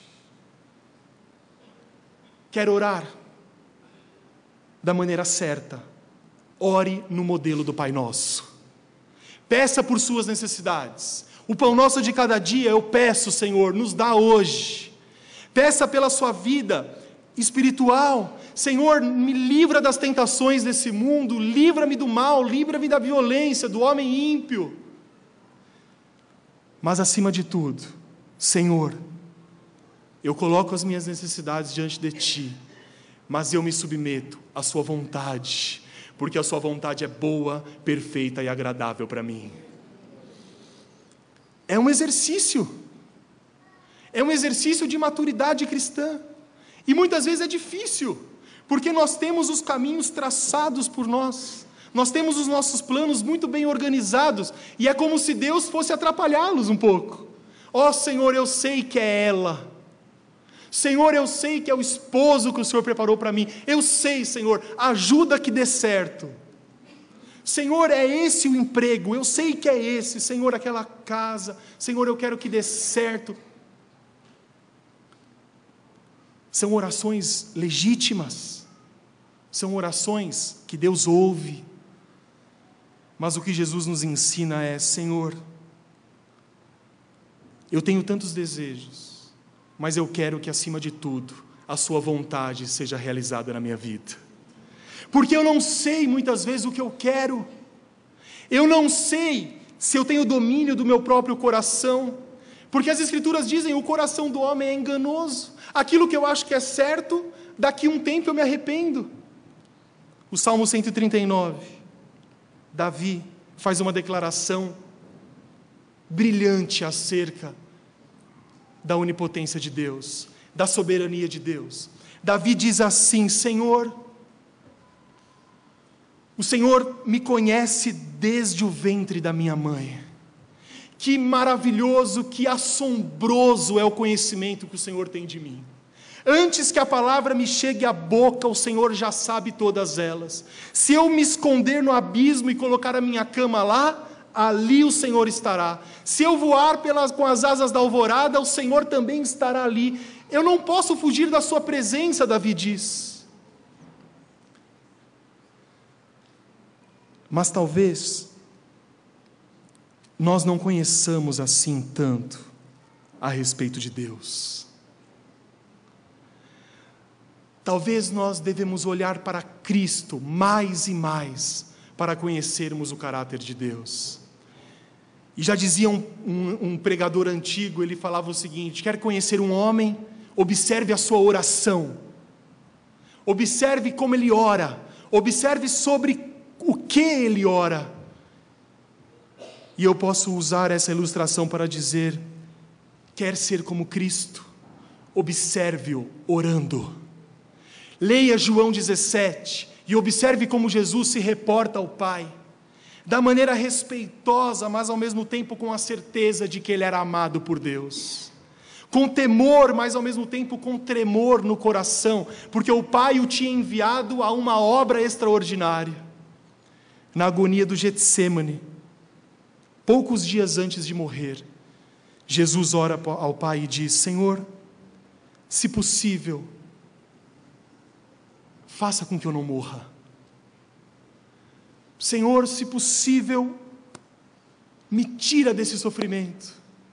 Quer orar da maneira certa? Ore no modelo do Pai Nosso. Peça por suas necessidades. O pão nosso de cada dia eu peço, Senhor, nos dá hoje. Peça pela sua vida espiritual. Senhor, me livra das tentações desse mundo, livra-me do mal, livra-me da violência, do homem ímpio. Mas acima de tudo, Senhor, eu coloco as minhas necessidades diante de Ti, mas eu me submeto à Sua vontade, porque a sua vontade é boa, perfeita e agradável para mim. É um exercício, é um exercício de maturidade cristã, e muitas vezes é difícil, porque nós temos os caminhos traçados por nós, nós temos os nossos planos muito bem organizados, e é como se Deus fosse atrapalhá-los um pouco. Ó Senhor, eu sei que é ela, Senhor, eu sei que é o esposo que o Senhor preparou para mim, eu sei, Senhor, ajuda que dê certo. Senhor, é esse o emprego, eu sei que é esse, Senhor, aquela casa, Senhor, eu quero que dê certo. São orações legítimas, são orações que Deus ouve, mas o que Jesus nos ensina é: Senhor, eu tenho tantos desejos, mas eu quero que, acima de tudo, a sua vontade seja realizada na minha vida. Porque eu não sei muitas vezes o que eu quero, eu não sei se eu tenho domínio do meu próprio coração, porque as Escrituras dizem: o coração do homem é enganoso, aquilo que eu acho que é certo, daqui a um tempo eu me arrependo. O Salmo cento e trinta e nove, Davi faz uma declaração brilhante acerca da onipotência de Deus, da soberania de Deus. Davi diz assim: Senhor, o Senhor me conhece desde o ventre da minha mãe. Que maravilhoso, que assombroso é o conhecimento que o Senhor tem de mim. Antes que a palavra me chegue à boca, o Senhor já sabe todas elas. Se eu me esconder no abismo e colocar a minha cama lá, ali o Senhor estará. Se eu voar pelas, com as asas da alvorada, o Senhor também estará ali. Eu não posso fugir da sua presença, Davi diz. Mas talvez nós não conheçamos assim tanto a respeito de Deus. Talvez nós devemos olhar para Cristo mais e mais para conhecermos o caráter de Deus. E já dizia um, um, um pregador antigo, ele falava o seguinte: quer conhecer um homem? Observe a sua oração, observe como ele ora, observe sobre o que ele ora. E eu posso usar essa ilustração para dizer: quer ser como Cristo? Observe-o orando. Leia João dezessete e observe como Jesus se reporta ao Pai, da maneira respeitosa, mas ao mesmo tempo com a certeza de que ele era amado por Deus, com temor, mas ao mesmo tempo com tremor no coração, porque o Pai o tinha enviado a uma obra extraordinária. Na agonia do Getsêmani, poucos dias antes de morrer, Jesus ora ao Pai e diz: Senhor, se possível, faça com que eu não morra. Senhor, se possível, me tira desse sofrimento.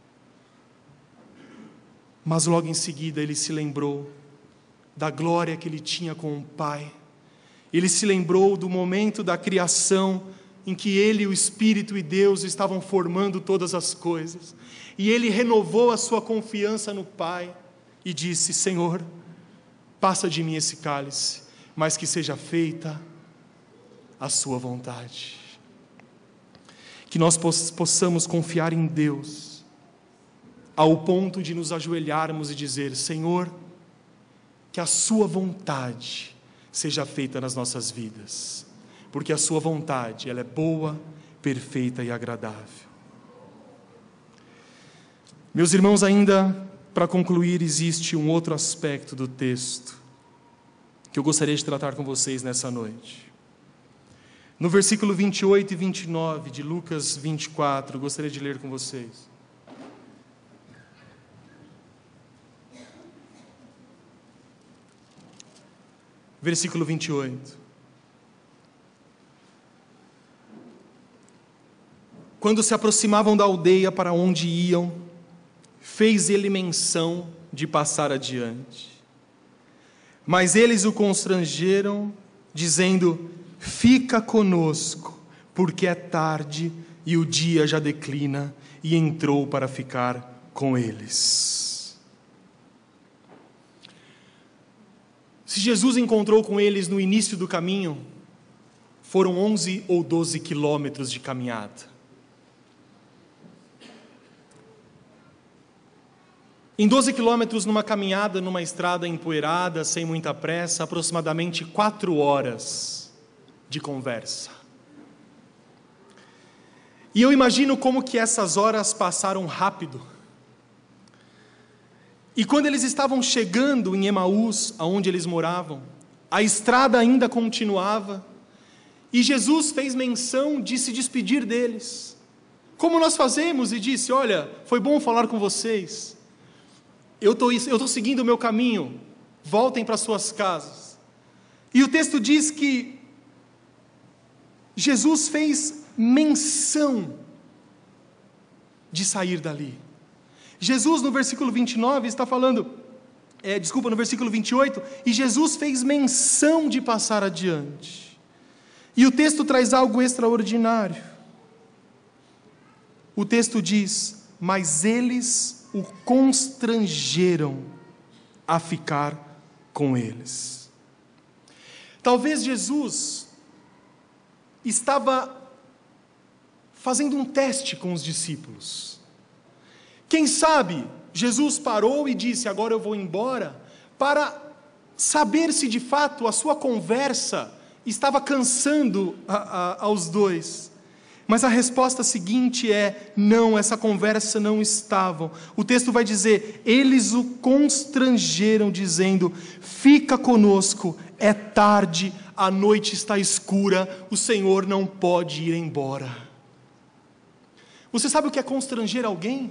Mas logo em seguida ele se lembrou da glória que ele tinha com o Pai. Ele se lembrou do momento da criação em que ele, o Espírito e Deus estavam formando todas as coisas. E ele renovou a sua confiança no Pai e disse: Senhor, passa de mim esse cálice, mas que seja feita a sua vontade. Que nós possamos confiar em Deus, ao ponto de nos ajoelharmos e dizer: Senhor, que a sua vontade seja feita nas nossas vidas, porque a sua vontade, ela é boa, perfeita e agradável. Meus irmãos, ainda para concluir, existe um outro aspecto do texto que eu gostaria de tratar com vocês nessa noite. No versículo vinte e oito e vinte e nove de Lucas vinte e quatro, eu gostaria de ler com vocês. Versículo vinte e oito. Quando se aproximavam da aldeia para onde iam, fez ele menção de passar adiante. Mas eles o constrangeram, dizendo: fica conosco, porque é tarde e o dia já declina, e entrou para ficar com eles. Se Jesus encontrou com eles no início do caminho, Foram onze ou doze quilômetros de caminhada. Em doze quilômetros, numa caminhada, numa estrada empoeirada, sem muita pressa, aproximadamente quatro horas de conversa. E eu imagino como que essas horas passaram rápido. E quando eles estavam chegando em Emaús, aonde eles moravam, a estrada ainda continuava, e Jesus fez menção de se despedir deles, como nós fazemos, e disse: olha, foi bom falar com vocês, eu estou eu estou seguindo o meu caminho, voltem para suas casas. E o texto diz que Jesus fez menção de sair dali. Jesus, no versículo vinte e nove, está falando, é, desculpa, no versículo vinte e oito, e Jesus fez menção de passar adiante. E o texto traz algo extraordinário. O texto diz: mas eles o constrangeram a ficar com eles. Talvez Jesus estava fazendo um teste com os discípulos. Quem sabe Jesus parou e disse: agora eu vou embora, para saber se de fato a sua conversa estava cansando a, a, aos dois. Mas a resposta seguinte é: não, essa conversa não estava. O texto vai dizer: eles o constrangeram, dizendo: fica conosco, é tarde, a noite está escura, o Senhor não pode ir embora. Você sabe o que é constranger alguém?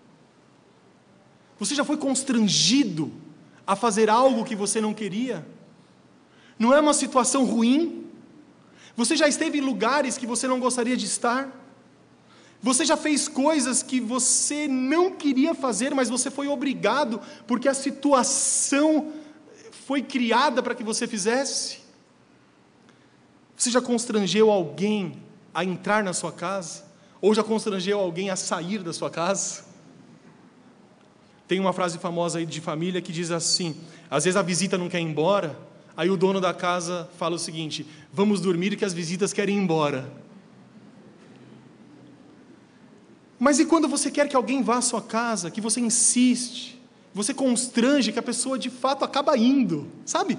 Você já foi constrangido a fazer algo que você não queria? Não é uma situação ruim? Você já esteve em lugares que você não gostaria de estar? Você já fez coisas que você não queria fazer, mas você foi obrigado, porque a situação foi criada para que você fizesse? Você já constrangeu alguém a entrar na sua casa? Ou já constrangeu alguém a sair da sua casa? Tem uma frase famosa aí de família que diz assim: às vezes a visita não quer ir embora, aí o dono da casa fala o seguinte: vamos dormir que as visitas querem ir embora. Mas e quando você quer que alguém vá à sua casa, que você insiste, você constrange que a pessoa de fato acaba indo, sabe?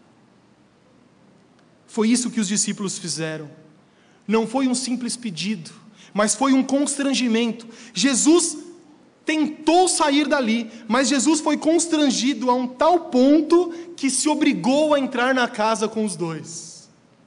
Foi isso que os discípulos fizeram. Não foi um simples pedido, mas foi um constrangimento. Jesus tentou sair dali, mas Jesus foi constrangido a um tal ponto que se obrigou a entrar na casa com os dois.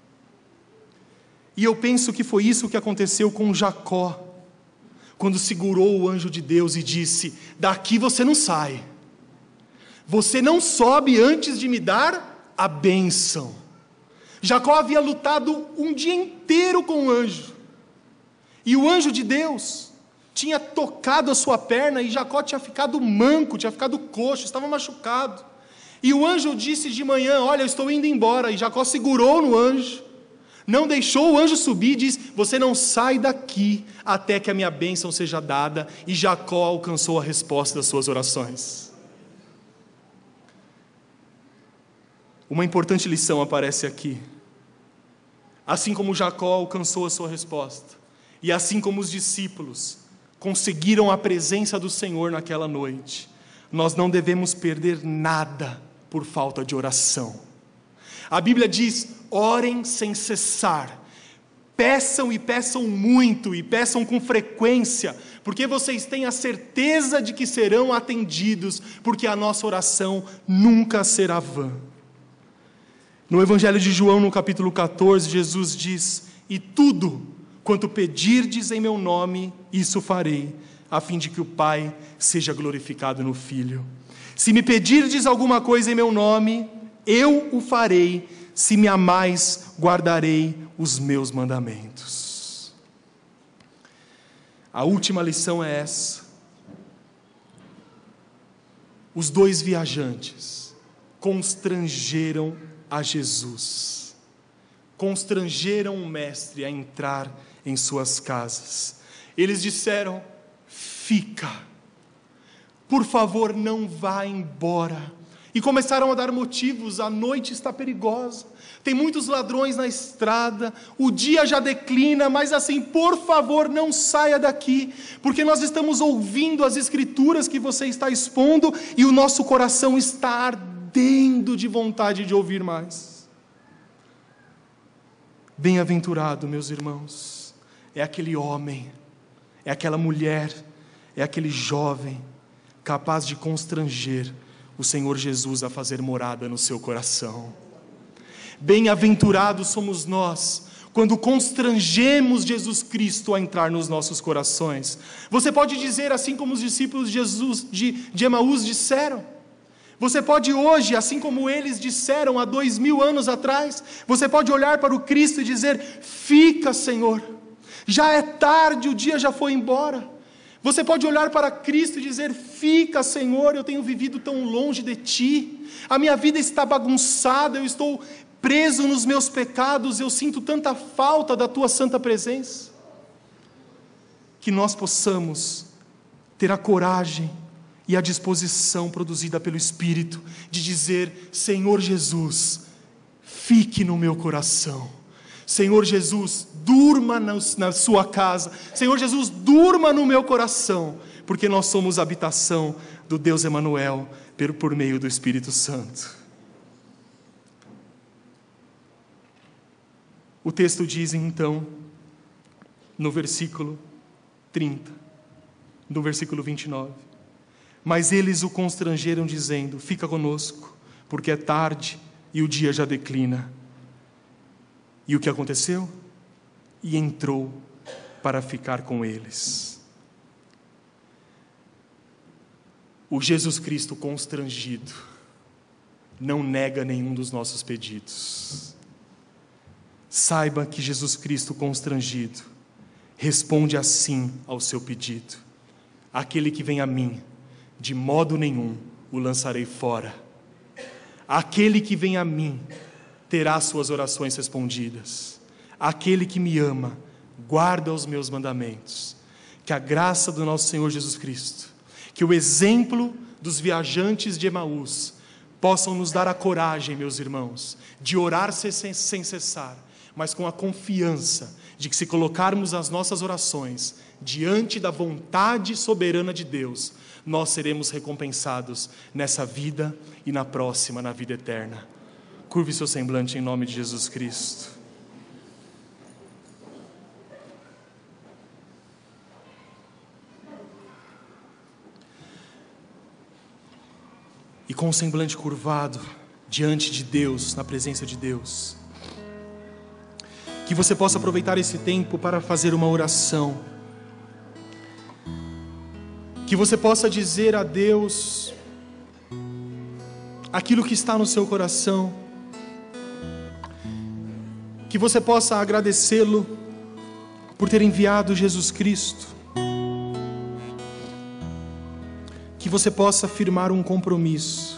E eu penso que foi isso que aconteceu com Jacó, quando segurou o anjo de Deus e disse: daqui você não sai, você não sobe antes de me dar a bênção. Jacó havia lutado um dia inteiro com o anjo, e o anjo de Deus tinha tocado a sua perna, e Jacó tinha ficado manco, tinha ficado coxo, estava machucado. E o anjo disse de manhã: olha, eu estou indo embora. E Jacó segurou no anjo, não deixou o anjo subir, e diz: você não sai daqui até que a minha bênção seja dada. E Jacó alcançou a resposta das suas orações. Uma importante lição aparece aqui. Assim como Jacó alcançou a sua resposta, e assim como os discípulos conseguiram a presença do Senhor naquela noite, nós não devemos perder nada por falta de oração. A Bíblia diz: orem sem cessar, peçam e peçam muito, e peçam com frequência, porque vocês têm a certeza de que serão atendidos, porque a nossa oração nunca será vã. No Evangelho de João, no capítulo catorze, Jesus diz: e tudo quanto pedirdes em meu nome, isso farei, a fim de que o Pai seja glorificado no Filho. Se me pedirdes alguma coisa em meu nome, eu o farei. Se me amais, guardarei os meus mandamentos. A última lição é essa. Os dois viajantes constrangeram a Jesus, constrangeram o mestre a entrar em suas casas. Eles disseram: fica, por favor, não vá embora. e começaram a dar motivos. A noite está perigosa, tem muitos ladrões na estrada, o dia já declina, mas assim, por favor, não saia daqui, porque nós estamos ouvindo as escrituras que você está expondo e o nosso coração está ardendo de vontade de ouvir mais. Bem-aventurado, meus irmãos, é aquele homem, é aquela mulher, é aquele jovem capaz de constranger o Senhor Jesus a fazer morada no seu coração. Bem-aventurados somos nós quando constrangemos Jesus Cristo a entrar nos nossos corações. Você pode dizer assim como os discípulos de Jesus de, de Emaús disseram. Você pode hoje, assim como eles disseram há dois mil anos atrás, você pode olhar para o Cristo e dizer: fica, Senhor, já é tarde, o dia já foi embora. Você pode olhar para Cristo e dizer: fica, Senhor, eu tenho vivido tão longe de Ti, a minha vida está bagunçada, eu estou preso nos meus pecados, eu sinto tanta falta da Tua santa presença. Que nós possamos ter a coragem e a disposição produzida pelo Espírito de dizer: Senhor Jesus, fique no meu coração. Senhor Jesus, durma na sua casa. Senhor Jesus, durma no meu coração, porque nós somos habitação do Deus Emanuel por meio do Espírito Santo. O texto diz então, no versículo trinta, no versículo vinte e nove: mas eles o constrangeram dizendo: fica conosco, porque é tarde e o dia já declina. E o que aconteceu? E entrou para ficar com eles. O Jesus Cristo constrangido não nega nenhum dos nossos pedidos. Saiba que Jesus Cristo constrangido responde assim ao seu pedido: aquele que vem a mim, de modo nenhum o lançarei fora. Aquele que vem a mim terá suas orações respondidas. Aquele que me ama guarda os meus mandamentos. Que a graça do nosso Senhor Jesus Cristo, que o exemplo dos viajantes de Emaús possam nos dar a coragem, meus irmãos, de orar sem, sem cessar, mas com a confiança de que, se colocarmos as nossas orações diante da vontade soberana de Deus, nós seremos recompensados nessa vida e na próxima, na vida eterna. Curve seu semblante em nome de Jesus Cristo. E com o semblante curvado diante de Deus, na presença de Deus, que você possa aproveitar esse tempo para fazer uma oração. Que você possa dizer a Deus aquilo que está no seu coração. Que você possa agradecê-lo por ter enviado Jesus Cristo. Que você possa firmar um compromisso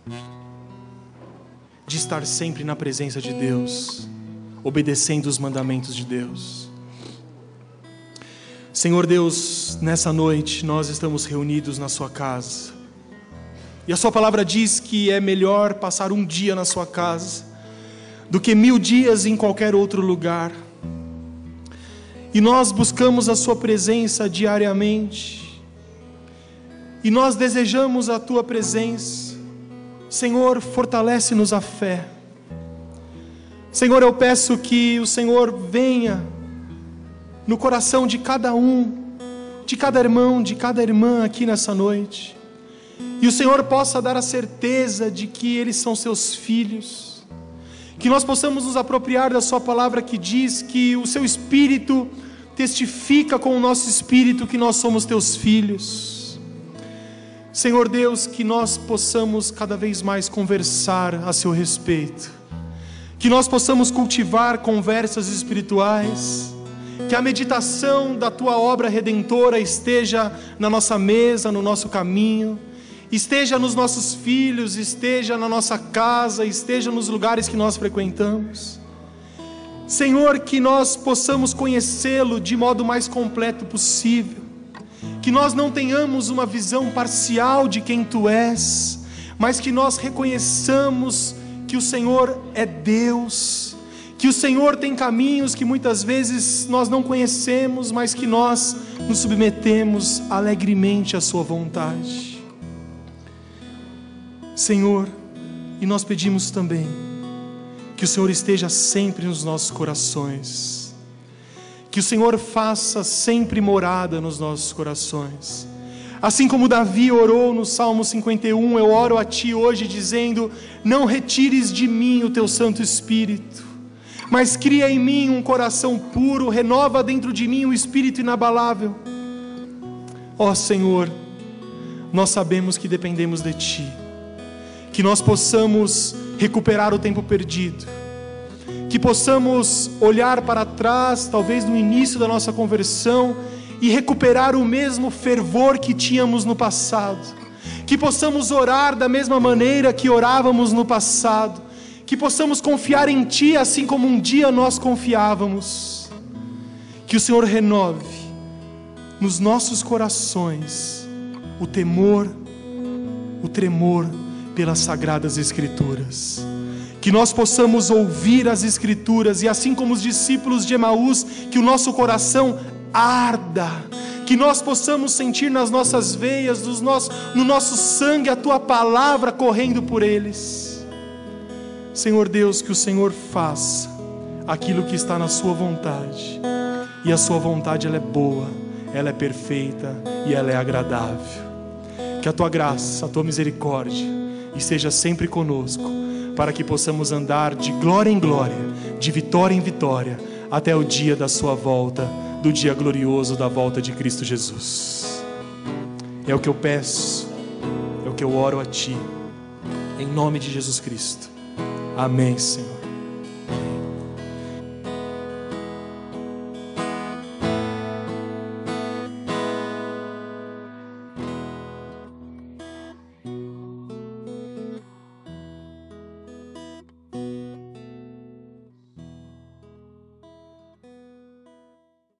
de estar sempre na presença de Deus, obedecendo os mandamentos de Deus. Senhor Deus, nessa noite nós estamos reunidos na sua casa, e a sua palavra diz que é melhor passar um dia na sua casa do que mil dias em qualquer outro lugar. E nós buscamos a sua presença diariamente, e nós desejamos a tua presença. Senhor, fortalece-nos a fé. Senhor, eu peço que o Senhor venha no coração de cada um, de cada irmão, de cada irmã aqui nessa noite, e o Senhor possa dar a certeza de que eles são seus filhos. Que nós possamos nos apropriar da sua palavra, que diz que o seu Espírito testifica com o nosso espírito que nós somos teus filhos. Senhor Deus, que nós possamos cada vez mais conversar a seu respeito, que nós possamos cultivar conversas espirituais, que a meditação da tua obra redentora esteja na nossa mesa, no nosso caminho, esteja nos nossos filhos, esteja na nossa casa, esteja nos lugares que nós frequentamos. Senhor, que nós possamos conhecê-lo de modo mais completo possível, que nós não tenhamos uma visão parcial de quem tu és, mas que nós reconheçamos que o Senhor é Deus, que o Senhor tem caminhos que muitas vezes nós não conhecemos, mas que nós nos submetemos alegremente à sua vontade. Senhor, e nós pedimos também que o Senhor esteja sempre nos nossos corações, que o Senhor faça sempre morada nos nossos corações. Assim como Davi orou no Salmo cinquenta e um, eu oro a Ti hoje dizendo: não retires de mim o Teu Santo Espírito, mas cria em mim um coração puro, renova dentro de mim um espírito inabalável. Ó Senhor, nós sabemos que dependemos de Ti, que nós possamos recuperar o tempo perdido, que possamos olhar para trás, talvez no início da nossa conversão, e recuperar o mesmo fervor que tínhamos no passado, que possamos orar da mesma maneira que orávamos no passado, que possamos confiar em Ti assim como um dia nós confiávamos. Que o Senhor renove nos nossos corações o temor, o tremor pelas Sagradas Escrituras, que nós possamos ouvir as Escrituras, e assim como os discípulos de Emaús, que o nosso coração arda, que nós possamos sentir nas nossas veias, nos nossos, no nosso sangue, a Tua palavra correndo por eles. Senhor Deus, que o Senhor faça aquilo que está na Sua vontade, e a Sua vontade ela é boa, ela é perfeita e ela é agradável. Que a Tua graça, a Tua misericórdia esteja sempre conosco, para que possamos andar de glória em glória, de vitória em vitória, até o dia da Sua volta, do dia glorioso da volta de Cristo Jesus. É o que eu peço, é o que eu oro a Ti, em nome de Jesus Cristo. Amém, Senhor.